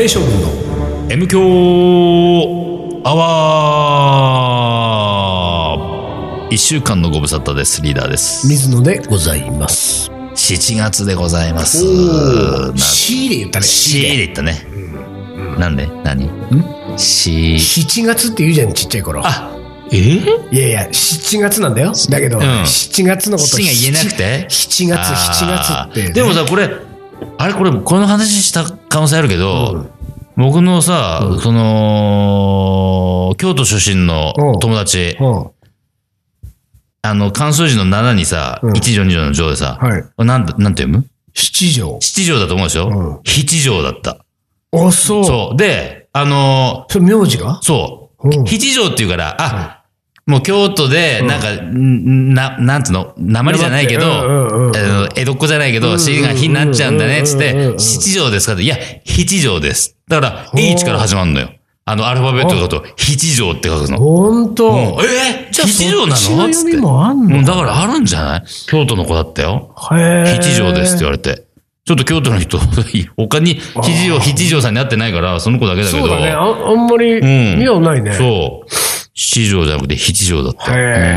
井将軍の M 強アワー。1週間のご無沙汰です。リーダーです。 水野でございます。 7月でございます。 C で言ったね。 C で言ったね。なんで何 7月って言うじゃん、ちっちゃい頃。 いやいや、7月なんだよ。だけど、7月のこと 7が言えなくて 7月って、ね。 でもさ、これこの話した可能性あるけど、僕のさ、その、京都出身の友達、漢数字の7にさ、1条2条の条でさ、なんて読む？ 七条。 七条だと思うでしょ？七条だった。 あ、そう。 そう。で、 それ名字が？ そう。七条っていうから、もう京都で、なんつうの、鉛じゃないけど、江戸っ子じゃないけど、死が火になっちゃうんだね、つって、七条ですかって、いや、七条です。だから、H から始まるのよ。アルファベットだと、七条って書くの。 ほんと。 じゃあ七条なのつって。だからあるんじゃない？京都の子だったよ。七条ですって言われて。ちょっと京都の人、他に七条さんに会ってないから、その子だけだけど。 そうだね。あんまり見ようないね。 そう。七条じゃなくて七条だった。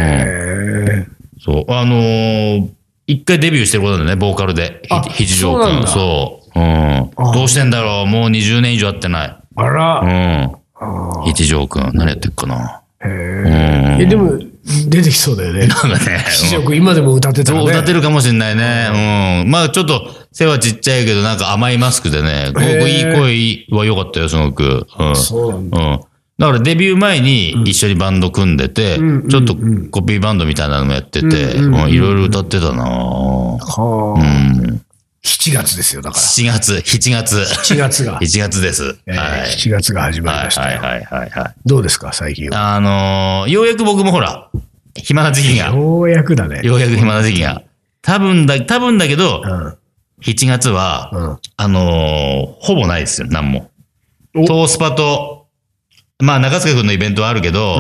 そう。一回デビューしてる子なんだね、ボーカルで。七条くん。そう。どうしてんだろう、もう20年以上会ってない。 あら。 七条くん、何やってっかな。 でも、出てきそうだよね。 なんかね。 七条くん、今でも歌ってたらね。 そう、歌ってるかもしれないね。まあちょっと、背はちっちゃいけど、なんか甘いマスクでね、いい声は良かったよ、すごく。 そうなんだ。 だからデビュー前に一緒にバンド組んでて、ちょっとコピーバンドみたいなのもやってて、いろいろ歌ってたなぁ。 7月ですよ、だから。 7月が。7月です。 はい。7月が始まりましたよ。 はい。 どうですか、最近は。 ようやく僕もほら、暇な時期が。 ようやくだね。 ようやく暇な時期が。多分だけど、7月は、ほぼないですよ、なんも。トースパと、まあ、中塚くんのイベントはあるけど、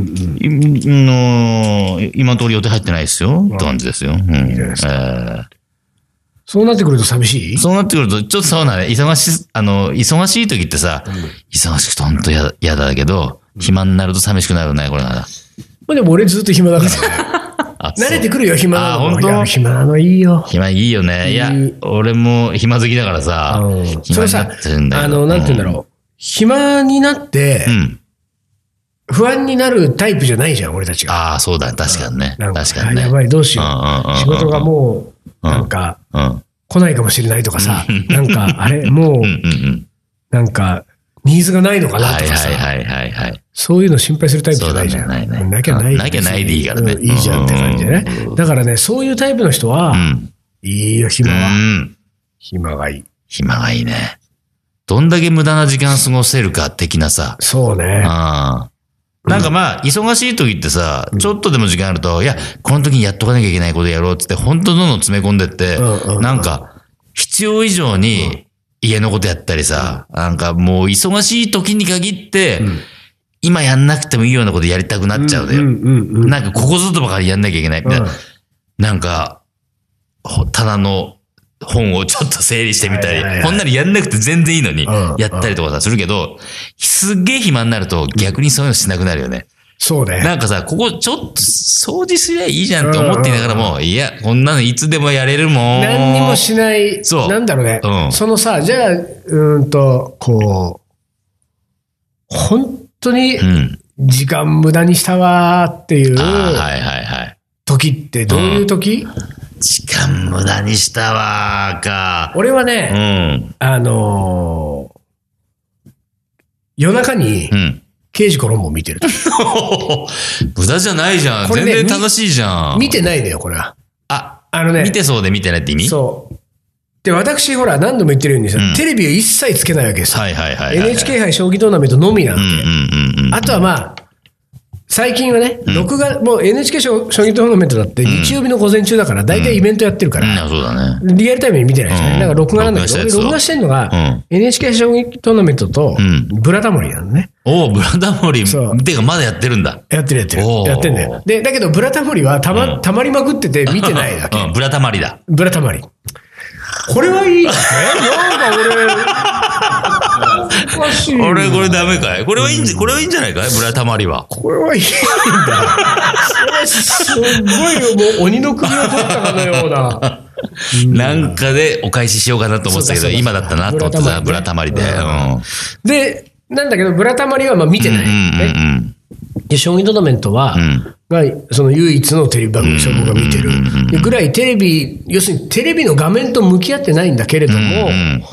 今のところ予定入ってないですよ。って感じですよ。いいじゃないですか。 そうなってくると寂しい？ そうなってくると、ちょっとそうなね。忙しい時ってさ、忙しくてほんと嫌だけど、暇になると寂しくなるね、これなら。 まあでも俺ずっと暇だからね。慣れてくるよ、暇なの。 本当？ 暇なのいいよ。 暇いいよね。いや、俺も暇好きだからさ、暇になってるんだけど。 なんて言うんだろう。暇になって、不安になるタイプじゃないじゃん、俺たちが。 ああ、そうだ、確かにね。確かにね。 やばい、どうしよう。仕事がもう、なんか、来ないかもしれないとかさ、なんか、あれ、もう、なんか、ニーズがないのかなとかさ。そういうの心配するタイプじゃないじゃん。なきゃないでいいからね。 いいじゃんって感じでね。だからね、そういうタイプの人は、いいよ、暇は。暇がいい。 暇がいいね。どんだけ無駄な時間過ごせるか的なさ。 そうね。 なんかまあ、忙しい時ってさ、ちょっとでも時間あると、いや、この時にやっとかなきゃいけないことやろうっつって、本当どんどん詰め込んでって、なんか、必要以上に家のことやったりさ、なんかもう忙しい時に限って、今やんなくてもいいようなことやりたくなっちゃうのよ。なんかここぞとばかりやんなきゃいけないみたいな。なんか、ただの、本をちょっと整理してみたり、こんなにやんなくて全然いいのに、やったりとかさ、するけど、すっげえ暇になると逆にそういうのしなくなるよね。 そうね。 なんかさ、ここちょっと掃除すりゃいいじゃんって思っていながらも、いや、こんなのいつでもやれるもん。 何にもしない。そう。なんだろうね。そのさ、じゃあ、こう、本当に時間無駄にしたわーっていう時ってどういう時？ 時間無駄にしたわーか。 俺はね、夜中に、刑事コロンボ見てる。 無駄じゃないじゃん。全然楽しいじゃん。 見てないのよ、これは。 見てそうで見てないって意味？ そう。で、私、ほら、何度も言ってるようにさ、テレビを一切つけないわけですよ。NHK 杯将棋トーナメントのみなんで。あとはまあ、最近はね、録画、もう NHK 将棋トーナメントだって日曜日の午前中だから、大体イベントやってるから、リアルタイムに見てないじゃない。だから録画なんだけど、俺録画してんのが、NHK 将棋トーナメントと、ブラタモリなのね。 おブラタモリ。てか、まだやってるんだ。 やってる。やってんだよ。で、だけど、ブラタモリはたまりまくってて見てないだけ。 ブラタマリだ。 ブラタマリ。これはいいね。なんか俺、 おかしい。 俺、これダメかい？これはいいんじゃないかい？ブラタマリは。 これはいいんだ。すごいよ、もう鬼の首を取ったかのような。 なんかでお返ししようかなと思ってたけど、今だったなと思ってた、ブラタマリで。 で、なんだけど、ブラタマリはまあ見てない。で、将棋トーナメントは、その唯一のテレビ番組を僕が見てる。ぐらいテレビ、要するにテレビの画面と向き合ってないんだけれども、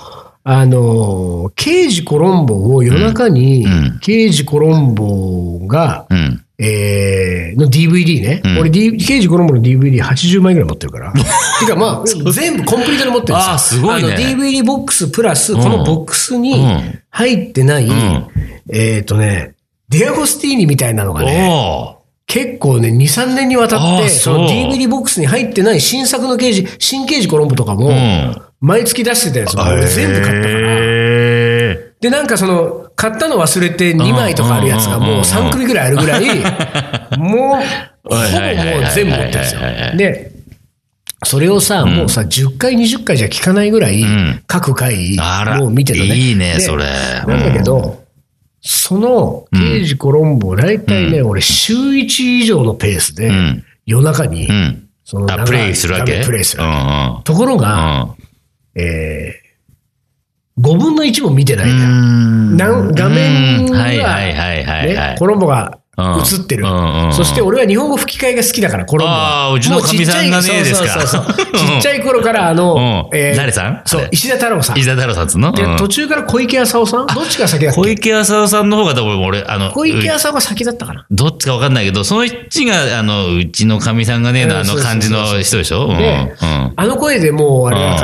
刑事コロンボを夜中に、刑事コロンボが、の DVD ね。俺、刑事コロンボの DVD80 枚ぐらい持ってるから。てかまあ、全部コンプリートで持ってるんですよ。 すごいね。 DVD ボックスプラス、このボックスに入ってない、デアゴスティーニみたいなのがね、結構ね、2、3年にわたって、その DVD ボックスに入ってない新作の新刑事コロンボとかも、毎月出してたやつも俺全部買ったから。で、なんか買ったの忘れて2枚とかあるやつがもう3組ぐらいあるぐらい、もう、ほぼもう全部持ってるんですよ。で、それをさ、もうさ、10回、20回じゃ聞かないぐらい、各回、もう見てるね。 いいね、それ。 なんだけど、その、刑事コロンボ、だいたいね、俺、週1以上のペースで、夜中に、 プレイするわけ？ プレイする。ところが、5分の1も見てないんだよ。画面が、コロンボが映ってる。そして俺は日本語吹き替えが好きだから、コロンボ。 ああ、うちのかみさんがねですか。 ちっちゃい頃から誰さん？ そう、石田太郎さん。 石田太郎さんつの？ 途中から小池浅尾さん？どっちが先だっけ？ 小池浅尾さんの方が多分俺、 小池浅尾が先だったかな。 どっちかわかんないけど、その一が、うちのかみさんがね、感じの人でしょ？ で、声でもうあれだから、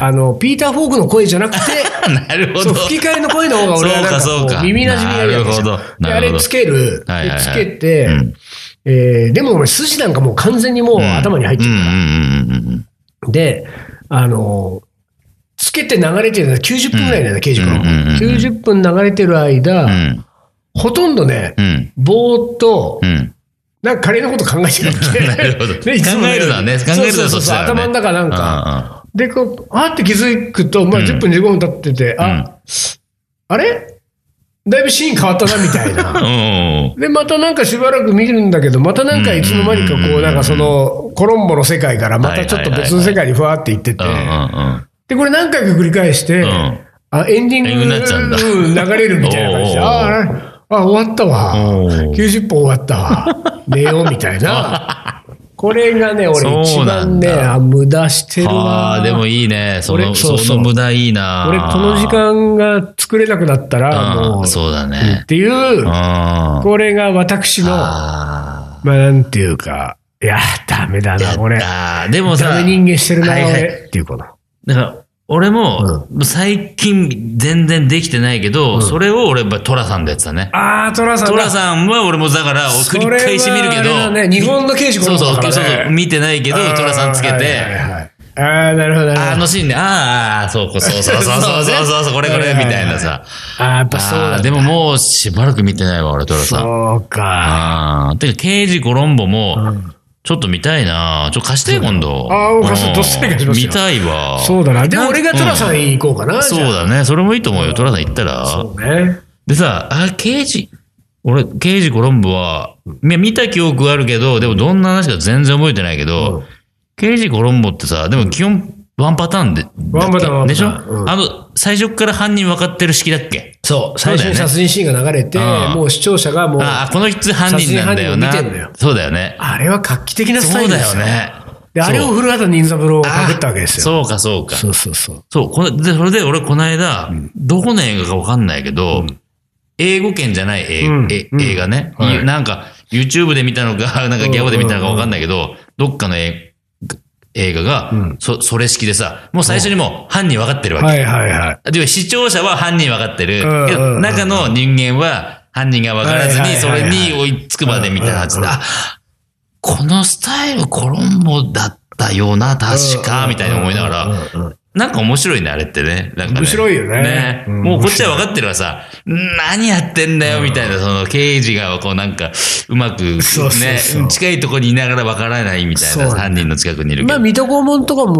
ピーター・フォークの声じゃなくて、 なるほど。 吹き替えの声の方が俺はなんか耳馴染みがいいわけですよ。で、あれつける。つけて、でも俺筋なんかもう完全にもう頭に入ってるから。で、つけて流れてるのは90分ぐらいだよね、刑事コロンボ。90分流れてる間、ほとんどね、ぼーっと、なんか仮のこと考えてるわけ。 なるほど。考えるのはね、考えるのはそっちだよね。 頭の中なんか。で、って気づくと、まあ10分15分経ってて、あれだいぶシーン変わったな、みたいな。で、またなんかしばらく見るんだけど、またなんかいつの間にかこう、なんかコロンボの世界からまたちょっと別の世界にふわっていってて、で、これ何回か繰り返して、エンディング流れるみたいな感じで、終わったわ。90分終わったわ。寝ようみたいな。これがね、俺一番ね、無駄してるわ。 でもいいね。その無駄いいな。 俺この時間が作れなくなったら、もう。 そうだね。 っていう、これが私の、まあなんていうか、いや、ダメだな、これ。 でもさ、 ダメ人間してるな、俺。っていうこと。 だから、俺も、最近全然できてないけど、それを俺、トラさんでやってたね。 トラさん。 トラさんは俺もだから、繰り返し見るけど、 日本の刑事コロンボだからね。 そう、見てないけど、トラさんつけて、 なるほど。 シーンで、そう、これ、みたいなさ。 やっぱそうだ。 でももうしばらく見てないわ、俺、トラさん。 そうか。 てか、刑事コロンボも、ちょっと見たいな。貸して今度。 貸して、どっさり貸しますよ。 見たいわ。 そうだな。でも俺がトラさん行こうかな。 そうだね。それもいいと思うよ。トラさん行ったら。 そうね。 でさ、刑事コロンボは、見た記憶はあるけど、でもどんな話か全然覚えてないけど、刑事コロンボってさ、でも基本、ワンパターンで。 ワンパターンでしょ？最初から犯人分かってる式だっけ？ そう。最初に殺人シーンが流れて、もう視聴者がもう。 この人犯人なんだよな。そうだよね。 あれは画期的なスタイルですよ。 そうだよね。 で、あれを古畑任三郎がパクったわけですよ。 そうか、そうか。 そう。 そう、それで俺この間、どこの映画か分かんないけど、英語圏じゃない映画ね。なんか、YouTube で見たのか、なんかギャオで見たのか分かんないけど、どっかの映画が、それ式でさ、もう最初にもう犯人分かってるわけ。で、視聴者は犯人分かってる。けど、中の人間は犯人が分からずに、それに追いつくまでみたいな感じで、このスタイルコロンボだったような、確か、みたいに思いながら、なんか面白いね、あれってね。なんかね面白いよね。 もうこっちは分かってるからさ、何やってんだよ、みたいな、その刑事がこうなんか、うまくね、近いところにいながら分からないみたいな、犯人の近くにいるけど。 水戸黄門とかも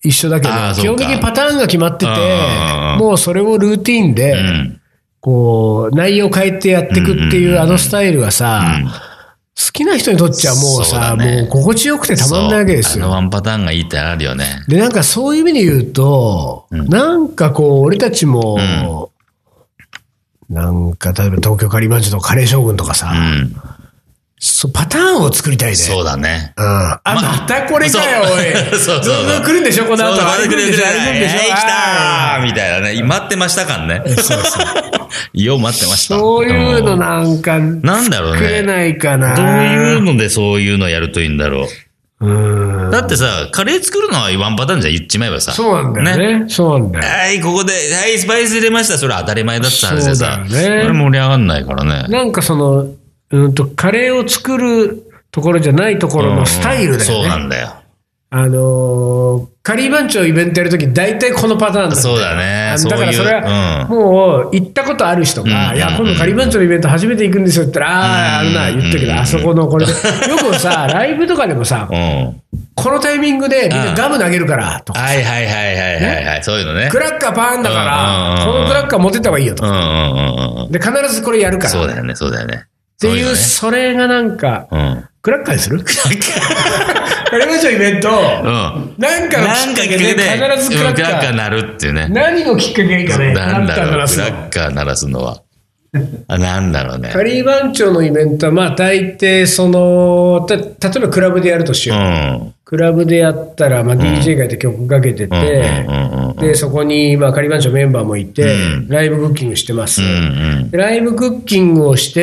一緒だけど、基本的にパターンが決まってて、もうそれをルーティンで、こう、内容変えてやっていくっていうあのスタイルがさ、好きな人にとっちゃもうさ、もう心地よくてたまんないわけですよ。 ワンパターンがいいってあるよね。 で、なんかそういう意味で言うと、なんかこう、俺たちも、なんか例えば東京カリー番長とかカレー将軍とかさ、パターンを作りたいね。 そうだね。 またこれかよ、おい。そう。来るんでしょ、この後。 来るんでしょ。来たーみたいなね。待ってました感ね。そう。よう待ってました。 そういうのなんか、 なんだろうね。 作れないかな。 どういうのでそういうのやるといいんだろう。だってさ、カレー作るのはワンパターンじゃ言っちまえばさ。 そうなんだよね。そうなんだよ。 はい、ここで、はい、スパイス入れました。それ当たり前だった話でさ。 そうだよね。 これ盛り上がんないからね。 なんかその、カレーを作るところじゃないところのスタイルだよね。 そうなんだよ。 カリー番長イベントやるとき大体このパターンだ。 そうだね。 だからそれは、もう行ったことある人が、いや、今度カリー番長のイベント初めて行くんですよって言ったら、あるな、言ったけど、あそこのこれで。よくさ、ライブとかでもさ、このタイミングでみんなガム投げるからとか。 はい。そういうのね。 クラッカーパーンだから、このクラッカー持ってった方がいいよとか。で、必ずこれやるから。 そうだよね。 っていう、それがなんか、クラッカーにする？カリー番長イベント、なんかのきっかけで必ずクラッカー鳴るっていうね。 何のきっかけがいいかね。 なんだろう、クラッカー鳴らすのは。なんだろうね。 カリー番長のイベントは、まあ大抵その、例えばクラブでやるとしよう。クラブでやったら、まあ DJ がいて曲かけてて、で、そこに、まあカリー番長メンバーもいて、ライブクッキングしてます。ライブクッキングをして、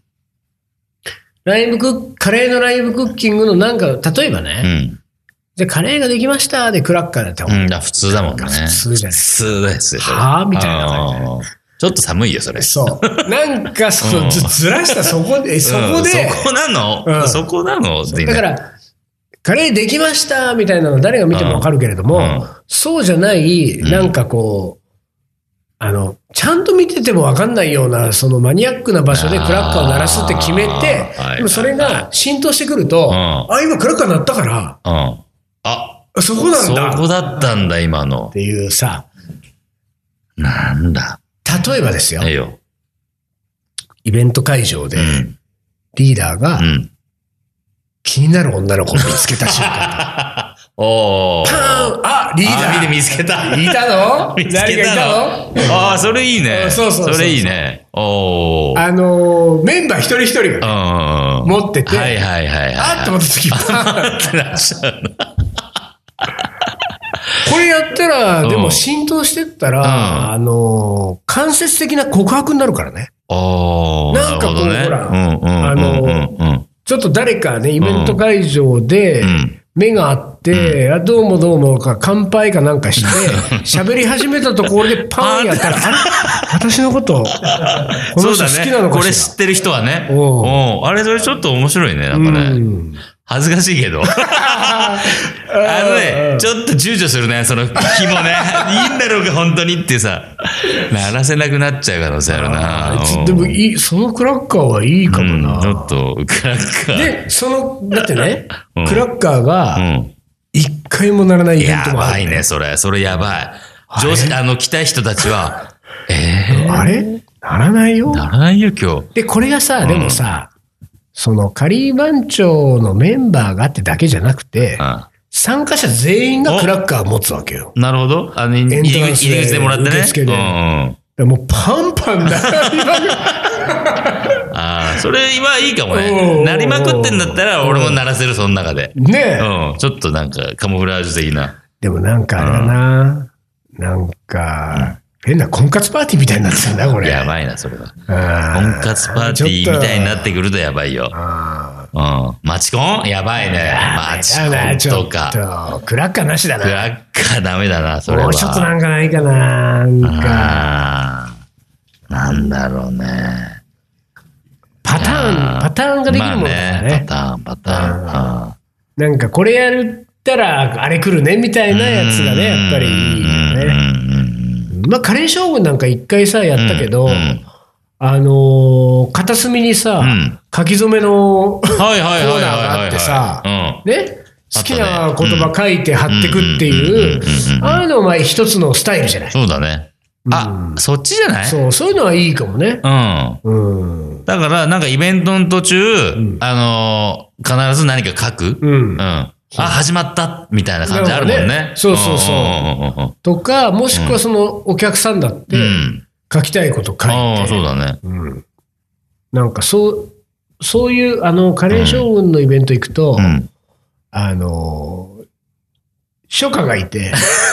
カレーのライブクッキングのなんか、例えばね、じゃあカレーができましたでクラッカーだったら。普通だもんね。 普通じゃない。 普通ですよ。 はぁみたいな感じ。 ちょっと寒いよ、それ。 そう。なんか、ずらしたそこで、 そこなのそこなのだから、カレーできましたみたいなの誰が見てもわかるけれども、そうじゃない、なんかこう、ちゃんと見ててもわかんないような、そのマニアックな場所でクラッカーを鳴らすって決めて、でもそれが浸透してくると、今クラッカー鳴ったから、そこなんだ。 そこだったんだ、今の。 っていうさ。 なんだ。 例えばですよ。イベント会場で、リーダーが、気になる女の子を見つけた瞬間。パーン！リーダー見つけた。 いたの？ 見つけたの？ 誰かいたの？ それいいね。 そう。 それいいね。 メンバー一人一人が持ってて、って思った時、パーンってなっちゃう。これやったら、でも浸透してったら、間接的な告白になるからね。なんかこう、ほら、ちょっと誰かね、イベント会場で、目があって、どうもどうもか乾杯かなんかして、喋り始めたところでパーンやったら、あれ私のこと、この人好きなのかしら。 これ知ってる人はね。あれ、それちょっと面白いね、なんかね。恥ずかしいけど。ちょっと躊躇するね、その気もね。いいんだろうか、本当にってさ。鳴らせなくなっちゃう可能性あるな。 でもそのクラッカーはいいかもな。 ちょっと、クラッカー。 で、だってね、クラッカーが、一回も鳴らないイベントもある。 やばいね、それやばい。来たい人たちは、 あれ鳴らないよ。 鳴らないよ、今日。 で、これがさ、でもさ、そのカリー番長のメンバーがってだけじゃなくて、参加者全員がクラッカーを持つわけよ。 なるほど。入り口でもらってね。 受付で。もうパンパンだ。 それ今いいかもね。鳴りまくってんだったら俺も鳴らせる、その中で。 ねえ。ちょっとなんかカモフラージュ的な。 でもなんかあれだな。なんか、変な婚活パーティーみたいになってたんだ、これ。 やばいな、それは。婚活パーティーみたいになってくるとやばいよ。マチコンやばいね。マチコンとか。 クラッカーなしだな。 クラッカーダメだな、それは。 もうちょっとなんかないかな。 なんだろうね。 パターンができるもんだね。 パターン。 なんかこれやったらあれ来るねみたいなやつがね、やっぱりいいよね。まあ、カレー将軍なんか一回さ、やったけど、片隅にさ、書き初めのコーナーがあってさ、ね、 好きな言葉書いて貼ってくっていう、ああいうのも一つのスタイルじゃない。 そうだね。そっちじゃない？ そういうのはいいかもね。 だから、なんかイベントの途中、必ず何か書く。始まったみたいな感じあるもんね。 そう。とか、もしくはそのお客さんだって、書きたいこと書いて。 そうだね。 なんかそういう、カレー将軍のイベント行くと、書家がいて、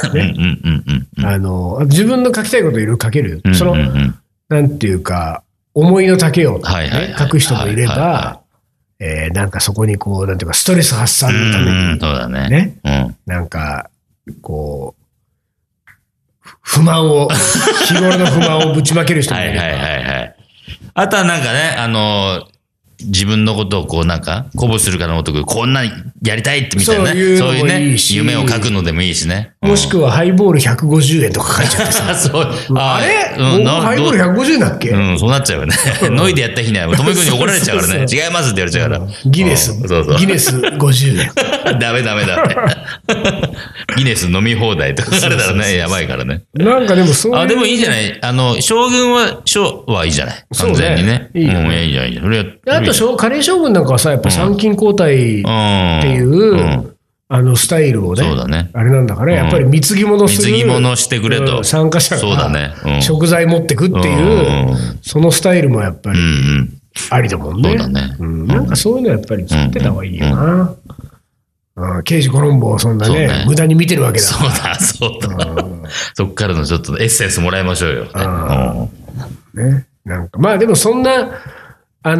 自分の書きたいこといろいろ書ける。なんていうか、思いの丈を書く人もいれば、なんかそこにこう、なんていうか、ストレス発散のために、 そうだね。なんか、こう、日頃の不満をぶちまける人もいれば。 あとはなんかね、自分のことをこうなんか、鼓舞するかのごとく、こんなにやりたいってみたいなね。そういうね、夢を書くのでもいいしね。 もしくはハイボール150円とか書いちゃってさ。あれハイボール150円だっけ？ そうなっちゃうよね。ノイでやった日には、ともみくんに怒られちゃうからね。違いますって言われちゃうから。 ギネス50円。 ダメ。ギネス飲み放題とかされたらね、やばいからね。 なんかでもそういう。 でもいいじゃない。将軍はいいじゃない。完全にね。いいじゃん。 あと、カレー将軍なんかはさ、やっぱ参勤交代っていう、スタイルをね、あれなんだから、やっぱり貢ぎ物する。 貢ぎ物してくれと。 参加者が食材持ってくっていう、そのスタイルもやっぱりありだもんね。 そうだね。 なんかそういうのやっぱり作ってた方がいいよな。刑事コロンボをそんなね、無駄に見てるわけだ。 そうだ。そっからのちょっとエッセンスもらいましょうよ。 ね。なんか、まあでもそんな、カレ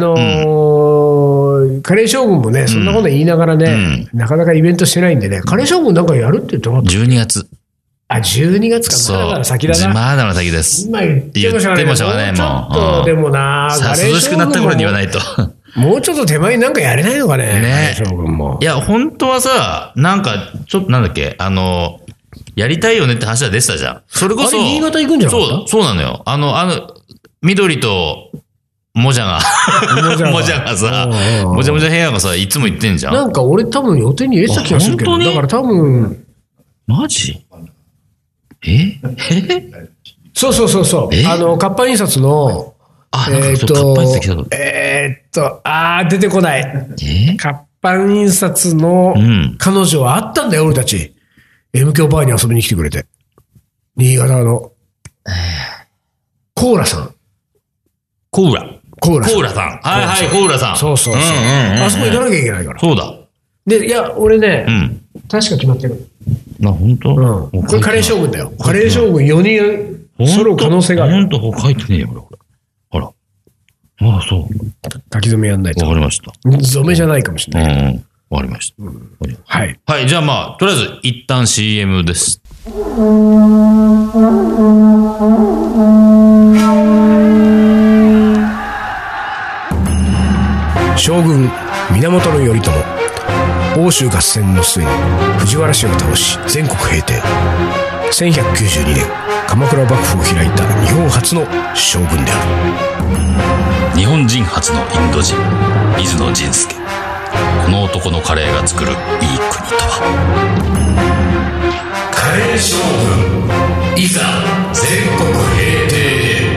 ー将軍もね、そんなこと言いながらね、なかなかイベントしてないんでね、カレー将軍なんかやるって言ってもらった。 12月。 12月か。まだまだ先だな。 まだまだ先です。 今言ってもしょうがない。もうちょっと、でもな、 涼しくなった頃に言わないと。 もうちょっと手前になんかやれないのかね。ね。将軍も。 いや、本当はさ、なんか、ちょっとなんだっけ、やりたいよねって話は出てたじゃん。それこそ。 新潟行くんじゃないか。 そうなのよ。緑と、もじゃがさ、もじゃもじゃ部屋がさ、いつも行ってんじゃん。 なんか俺多分予定に入れてた気がするけど、だから多分。 マジ？ そう。活版印刷の、出てこない。活版印刷の彼女はあったんだよ、俺たち。M 響バーに遊びに来てくれて。新潟の。コーラさん。 コーラさん。コーラさん。 そう。あそこ行かなきゃいけないから。 そうだ。 で、いや、俺ね、確か決まってる。 本当？ これカレー将軍だよ。カレー将軍4人揃う可能性がある。 本当、書いてねえよ、これ。ほら。そう。 書き初めやんないと。 わかりました。 染めじゃないかもしれない。 わかりました。 はい。 はい、じゃあとりあえず、一旦 CM です。 将軍源頼朝、欧州合戦の末に藤原氏を倒し全国平定。1192年鎌倉幕府を開いた日本初の将軍である。日本人初のインド人水野仁介。この男のカレーが作るいい国とは。カレー将軍いざ全国平定へ。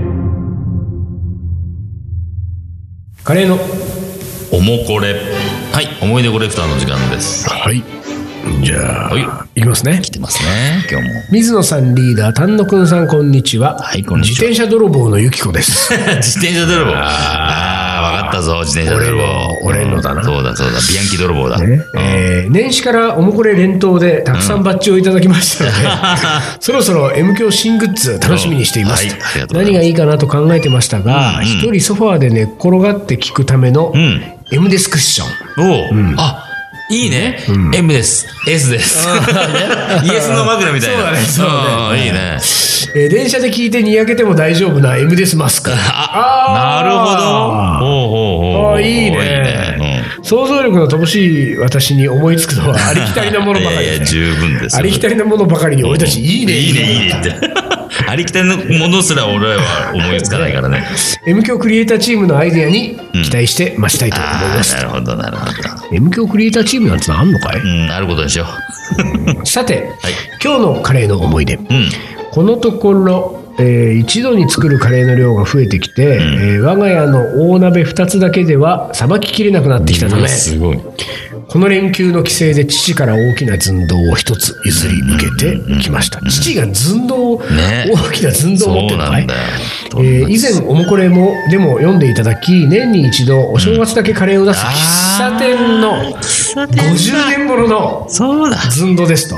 カレーのおもこれ。はい、思い出コレクターの時間です。 はい。じゃあ、いきますね。 来てますね、今日も。 水野さんリーダー、丹野くんさん、こんにちは。 はい、こんにちは。 自転車泥棒のゆきこです。 自転車泥棒。わかったぞ、自転車泥棒。 俺のだな。 そうだ。ビアンキ泥棒だ。 年始からおもこれ連投でたくさんバッジをいただきましたので、そろそろ M 響新グッズ楽しみにしています。何がいいかなと考えてましたが、一人ソファーで寝っ転がって聞くための M デスクッション。 いいね。M です。S です。イエスの枕みたいな。 そうだね。 いいね。 電車で聞いてにやけても大丈夫な M デスマスク。 なるほど。 いいね。想像力の乏しい私に思いつくのはありきたりなものばかり。 いや、十分です。 ありきたりなものばかりに俺たちいいね。 いいねって。 ありきたりのものすら俺は思いつかないからね。 M 響クリエイターチームのアイデアに期待して待ちたいと思います。 なるほど、なるほど。 M 響クリエイターチームなんてのあんのかい？ あることにしよう。さて、今日のカレーの思い出。このところ、一度に作るカレーの量が増えてきて、我が家の大鍋2つだけではさばききれなくなってきたため、 すごい。 この連休の帰省で父から大きな寸胴を一つ譲り受けてきました。父が寸胴、大きな寸胴を持ってるのかい？以前おもこれもでも読んでいただき、年に一度お正月だけカレーを出す喫茶店の50年ものの寸胴ですと。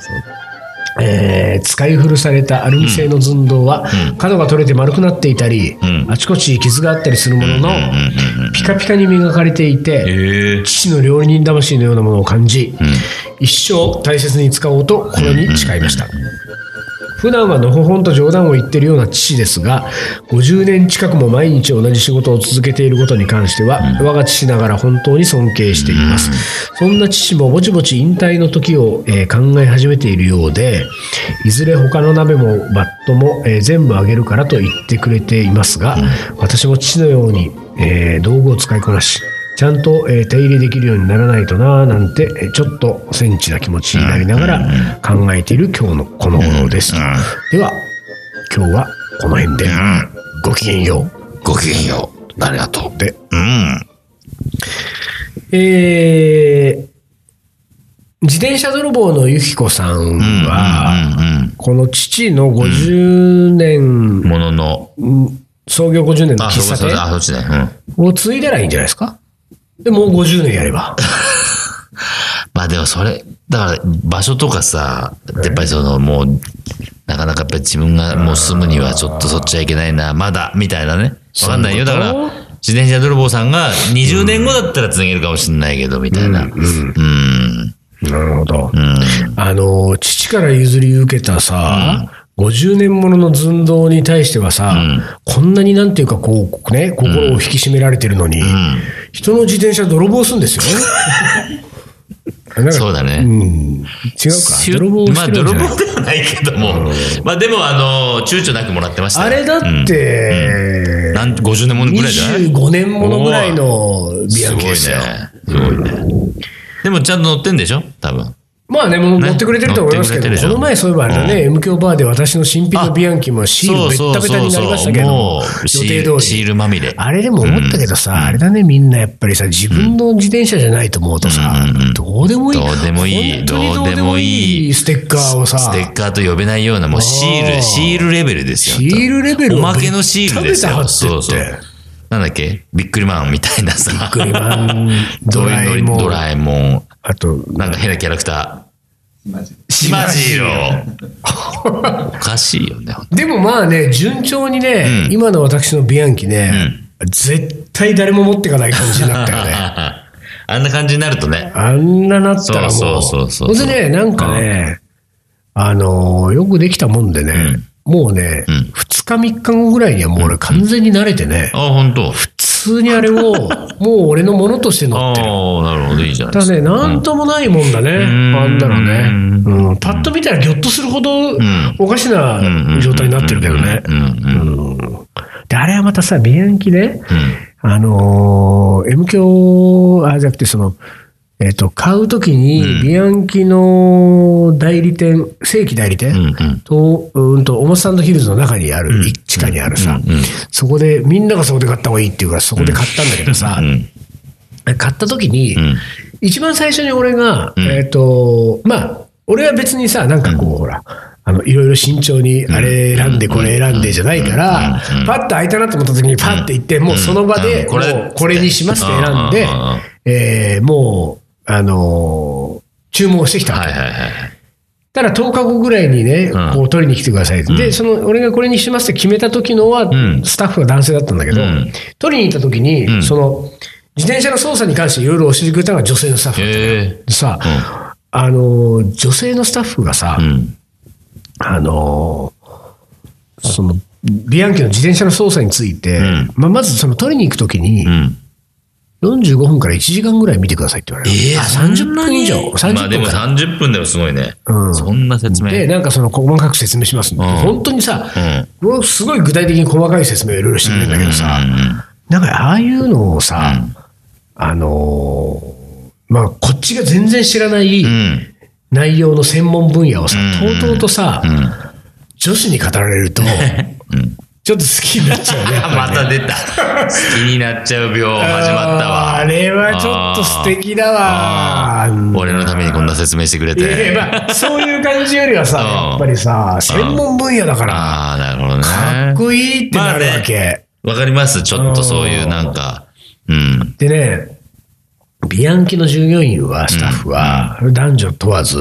使い古されたアルミ製の寸胴は角が取れて丸くなっていたり、あちこち傷があったりするものの、ピカピカに磨かれていて、父の料理人魂のようなものを感じ、一生大切に使おうと心に誓いました。普段はのほほんと冗談を言っているような父ですが、50年近くも毎日同じ仕事を続けていることに関しては、我が父ながら本当に尊敬しています。そんな父もぼちぼち引退の時を、考え始めているようで、いずれ他の鍋もバットも、全部あげるからと言ってくれていますが、私も父のように、道具を使いこなし、ちゃんと、手入れできるようにならないとなぁなんてちょっとセンチな気持ちになりながら考えている今日のこの頃です。では今日はこの辺で、ごきげんよう。 ごきげんよう。ありがとう。 で、自転車泥棒のゆきこさんは、この父の50年ものの創業50年の喫茶店を継いだらいいんじゃないですか。でもう50年やれば。 まあでもそれ、だから場所とかさ、やっぱりもう、なかなかやっぱり自分がもう住むにはちょっとそっちはいけないな、まだ、みたいなね。わかんないよ。だから、自転車泥棒さんが20年後だったらつなげるかもしれないけど、みたいな。なるほど。父から譲り受けたさ、50年ものの寸胴に対してはさ、こんなになんていうかこうね、心を引き締められてるのに、人の自転車泥棒するんですよ。 そうだね。 違うか。泥棒まあ泥棒ではないけども、まあでも躊躇なくもらってました。 あれだって、 50年ものぐらいじゃない ？25年ものぐらいのビアンキですよ。 すごいね。でもちゃんと乗ってんでしょ多分。 まあね、もう乗ってくれてると思いますけど、この前そういえばあれだね、M 響バーで私の新品のビアンキもシールベッタベタになりましたけど、予定通り。 シールまみれ。 あれでも思ったけどさ、あれだね、みんなやっぱりさ、自分の自転車じゃないと思うとさ、どうでもいい。 どうでもいい。どうでもいい。 ステッカーをさ。 ステッカーと呼べないような、もうシールレベルですよ。 シールレベルおまけのシールですよ。 そうそう。 なんだっけビックリマンみたいなさ。 ビックリマン、ドラえもん。 あと、 なんか変なキャラクター。しまじろう。おかしいよね。 でもまあね、順調にね、今の私のビアンキね、絶対誰も持ってかない感じになったよね。 あんな感じになるとね。 あんななったらもう。そうでね、なんかね、よくできたもんでね、もうね、2日3日後ぐらいにはもう俺完全に慣れてね。 あ、本当。 普通にあれを、もう俺のものとして乗ってる。 なるほど、いいじゃないですか。ただね、なんともないもんだね。あんだろうね。パッと見たらギョッとするほどおかしな状態になってるけどね。で、あれはまたさ、ビアンキね、M 響、じゃなくて買うときに、ビアンキの代理店、正規代理店と、表参道ヒルズの中にある、地下にあるさ、そこで、みんながそこで買った方がいいっていうから、そこで買ったんだけどさ、買ったときに、一番最初に俺が、まあ、俺は別にさ、なんかこう、ほら、いろいろ慎重に、あれ選んで、これ選んでじゃないから、パッと開いたなと思ったときに、パッて行って、もうその場で、もうこれにしますって選んで、もう、注文してきたわけ。たら10日後ぐらいにね、こう取りに来てください。で、俺がこれにしますって決めた時のは、スタッフが男性だったんだけど、取りに行った時に、自転車の操作に関していろいろ教えてくれたのが女性のスタッフだったでさ、女性のスタッフがさ、ビアンキの自転車の操作について、まず取りに行く時に、 45分から1時間ぐらい見てくださいって言われる。30分以上。30分。 まあでも30分でもすごいね。そんな説明。 で、なんかその細かく説明しますんで、本当にさ、すごい具体的に細かい説明をいろいろしてくれるんだけどさ、なんかああいうのをさ、まあこっちが全然知らない内容の専門分野をさ、とうとうとさ、女子に語られると、ちょっと好きになっちゃうね。 また出た。好きになっちゃう病始まったわ。 あれはちょっと素敵だわ。 俺のためにこんな説明してくれて。 そういう感じよりはさ、やっぱりさ、専門分野だから。 ああ、なるほどね。 かっこいいってなるわけ。 わかります。ちょっとそういうなんか。 でね、ビアンキの従業員は、スタッフは、男女問わず、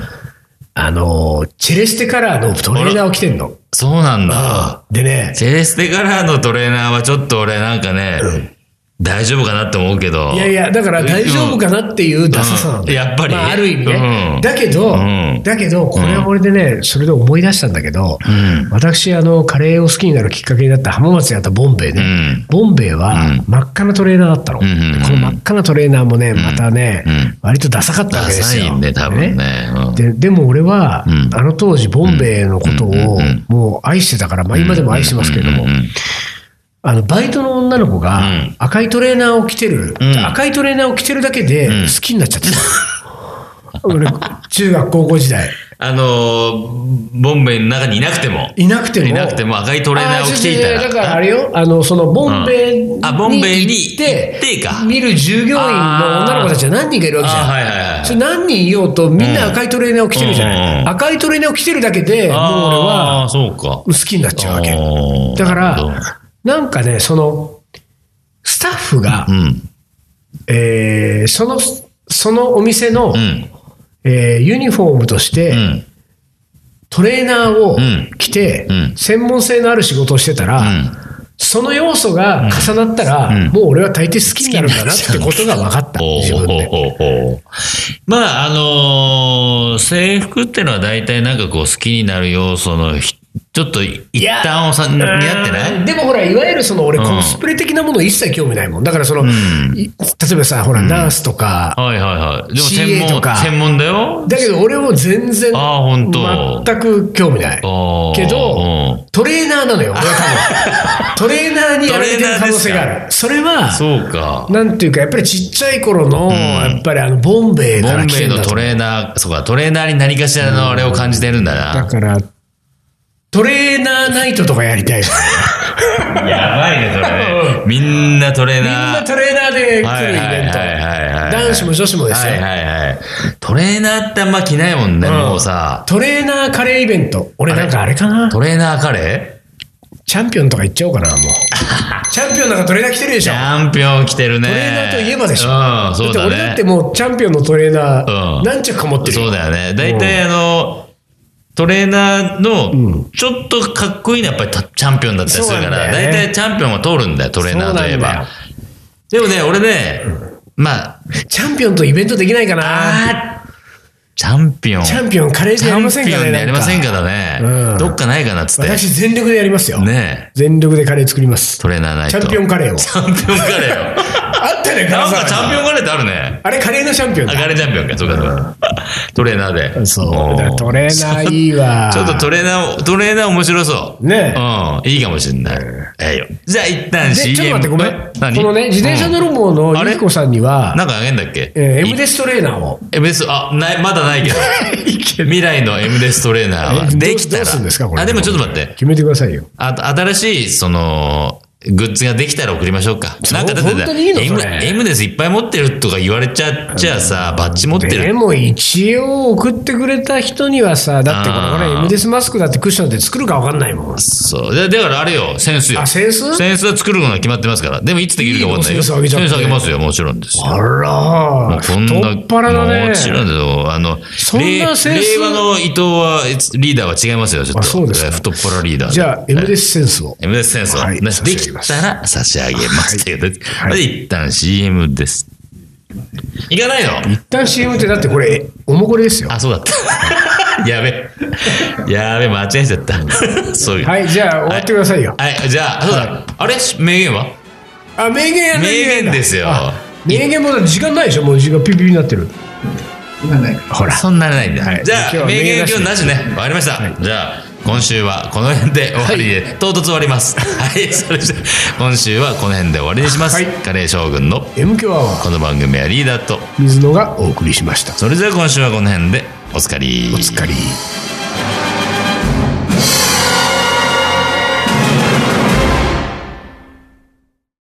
チェレステカラーのトレーナーを着てんの。 そうなんだ。 でね。 チェレステカラーのトレーナーはちょっと俺なんかね、大丈夫かなって思うけど。 いやいや、だから大丈夫かなっていうダサさなんだよ。 やっぱり。 まあ、ある意味ね。だけど、これは俺でね、それで思い出したんだけど、私、カレーを好きになるきっかけになった浜松にあったボンベイね。ボンベイは真っ赤なトレーナーだったの。この真っ赤なトレーナーもね、またね、割とダサかったわけですよ。 ダサいね、多分ね。 でも俺は、当時、ボンベイのことをもう愛してたから、まあ今でも愛してますけれども、バイトの女の子が赤いトレーナーを着てる、赤いトレーナーを着てるだけで好きになっちゃってた。俺、中学高校時代。 ボンベイの中にいなくても赤いトレーナーを着ていたら。 だからあれよ、そのボンベイに行って、見る従業員の女の子たちは何人かいるわけじゃん。それ何人いようとみんな赤いトレーナーを着てるじゃない。赤いトレーナーを着てるだけで、もう俺は好きになっちゃうわけ。だから、なんかね、スタッフが、そのお店の、ユニフォームとして、トレーナーを着て、専門性のある仕事をしてたら、その要素が重なったら、もう俺は大抵好きになるんだなってことが分かった。自分で。 まあ、制服ってのは大体なんかこう好きになる要素のちょっと一旦似合ってない？ でもほら、いわゆる俺コスプレ的なもの一切興味ないもん。だから例えばさ、ほら、ナースとか、 でも専門だよ。 だけど俺も全然、全く興味ない。けど、トレーナーなのよ、俺は多分。トレーナーにやられてる可能性がある。それは、 そうか。 なんていうか、やっぱりちっちゃい頃の、やっぱりボンベイから来てるんだと。 ボンベイのトレーナー、そうか、トレーナーに何かしらのあれを感じてるんだな。 だから、トレーナーナイトとかやりたい。 やばいね、それね。みんなトレーナー。 みんなトレーナーで来るイベント。男子も女子もですよ。 トレーナーってあんま着ないもんね、もうさ。 トレーナーカレーイベント。俺なんかあれかな。 トレーナーカレーチャンピオンとか行っちゃおうかな、もう。チャンピオンなんかトレーナー着てるでしょ。 チャンピオン着てるね。 トレーナーといえばでしょ。 そうだね。 俺だってもうチャンピオンのトレーナー、何着か持ってる。 そうだよね。大体トレーナーの、ちょっとかっこいいのはやっぱりチャンピオンだったりするから、大体チャンピオンは通るんだよ、トレーナーといえば。でもね、俺ね、まあ。 チャンピオンとイベントできないかな。 チャンピオンカレーでやりませんかね。 チャンピオンでやりませんからね。どっかないかなっつって。 私全力でやりますよ。 ね。 全力でカレー作ります。 トレーナーないと。 チャンピオンカレーを。 チャンピオンカレーを。 あったね、 なんかチャンピオンカレーってあるね。 あれカレーのチャンピオンだ。 カレーチャンピオンか、そうかそうか。トレーナーで。 そう。トレーナーいいわ。 ちょっとトレーナー面白そう。 ね。 いいかもしれない。じゃあ一旦 CM。 ちょっと待って、ごめん。このね、自転車泥棒のゆきこさんには、 なんかあげんだっけ ？M デストレーナーを。 M デス、まだないけど。未来の M デストレーナーはできたら。 どうするんですかこれ。 でもちょっと待って。 決めてくださいよ。 新しい、グッズができたら送りましょうか。なんかだって M ですいっぱい持ってるとか言われちゃっちゃさ、バッジ持ってる。 でも一応送ってくれた人にはさ、だってこれ M デスマスクだってクッションって作るか分かんないもん。 そう。だからあれよ、センスよ。 センスは作るのが決まってますから。でもいつできるか分かんないよ。センスあげますよ、もちろんですよ。 あらこんな。 太っ腹だね。 もちろんですよ。 そんなセンス。 令和の伊藤は、リーダーは違いますよ、ちょっと。 そうですか。 太っ腹リーダー。 じゃあ M デスセンスを。 M デスセンスを。できたら差し上げますけど、一旦 CM です。行かないの？ 一旦 CM ってだってこれ、おもこれですよ。 あ、そうだった。やべ、間違えちゃった。そういう。 はい、じゃあ終わってくださいよ。 はい、じゃあ、そうだ。あれ名言は？ 名言ですよ。 名言もだって時間ないでしょ、もう時間ピピピになってる。 ほら。そんならないんだ。 はい、 じゃあ、名言今日なしね。わかりました。はい、じゃあ、今週はこの辺で終わりで、はい、唐突終わります。はい、それじゃ今週はこの辺で終わりにします。はい、カレー将軍の M 強アワー。 この番組はリーダーと水野がお送りしました。 それじゃあ今週はこの辺でおつかり。 おつかり。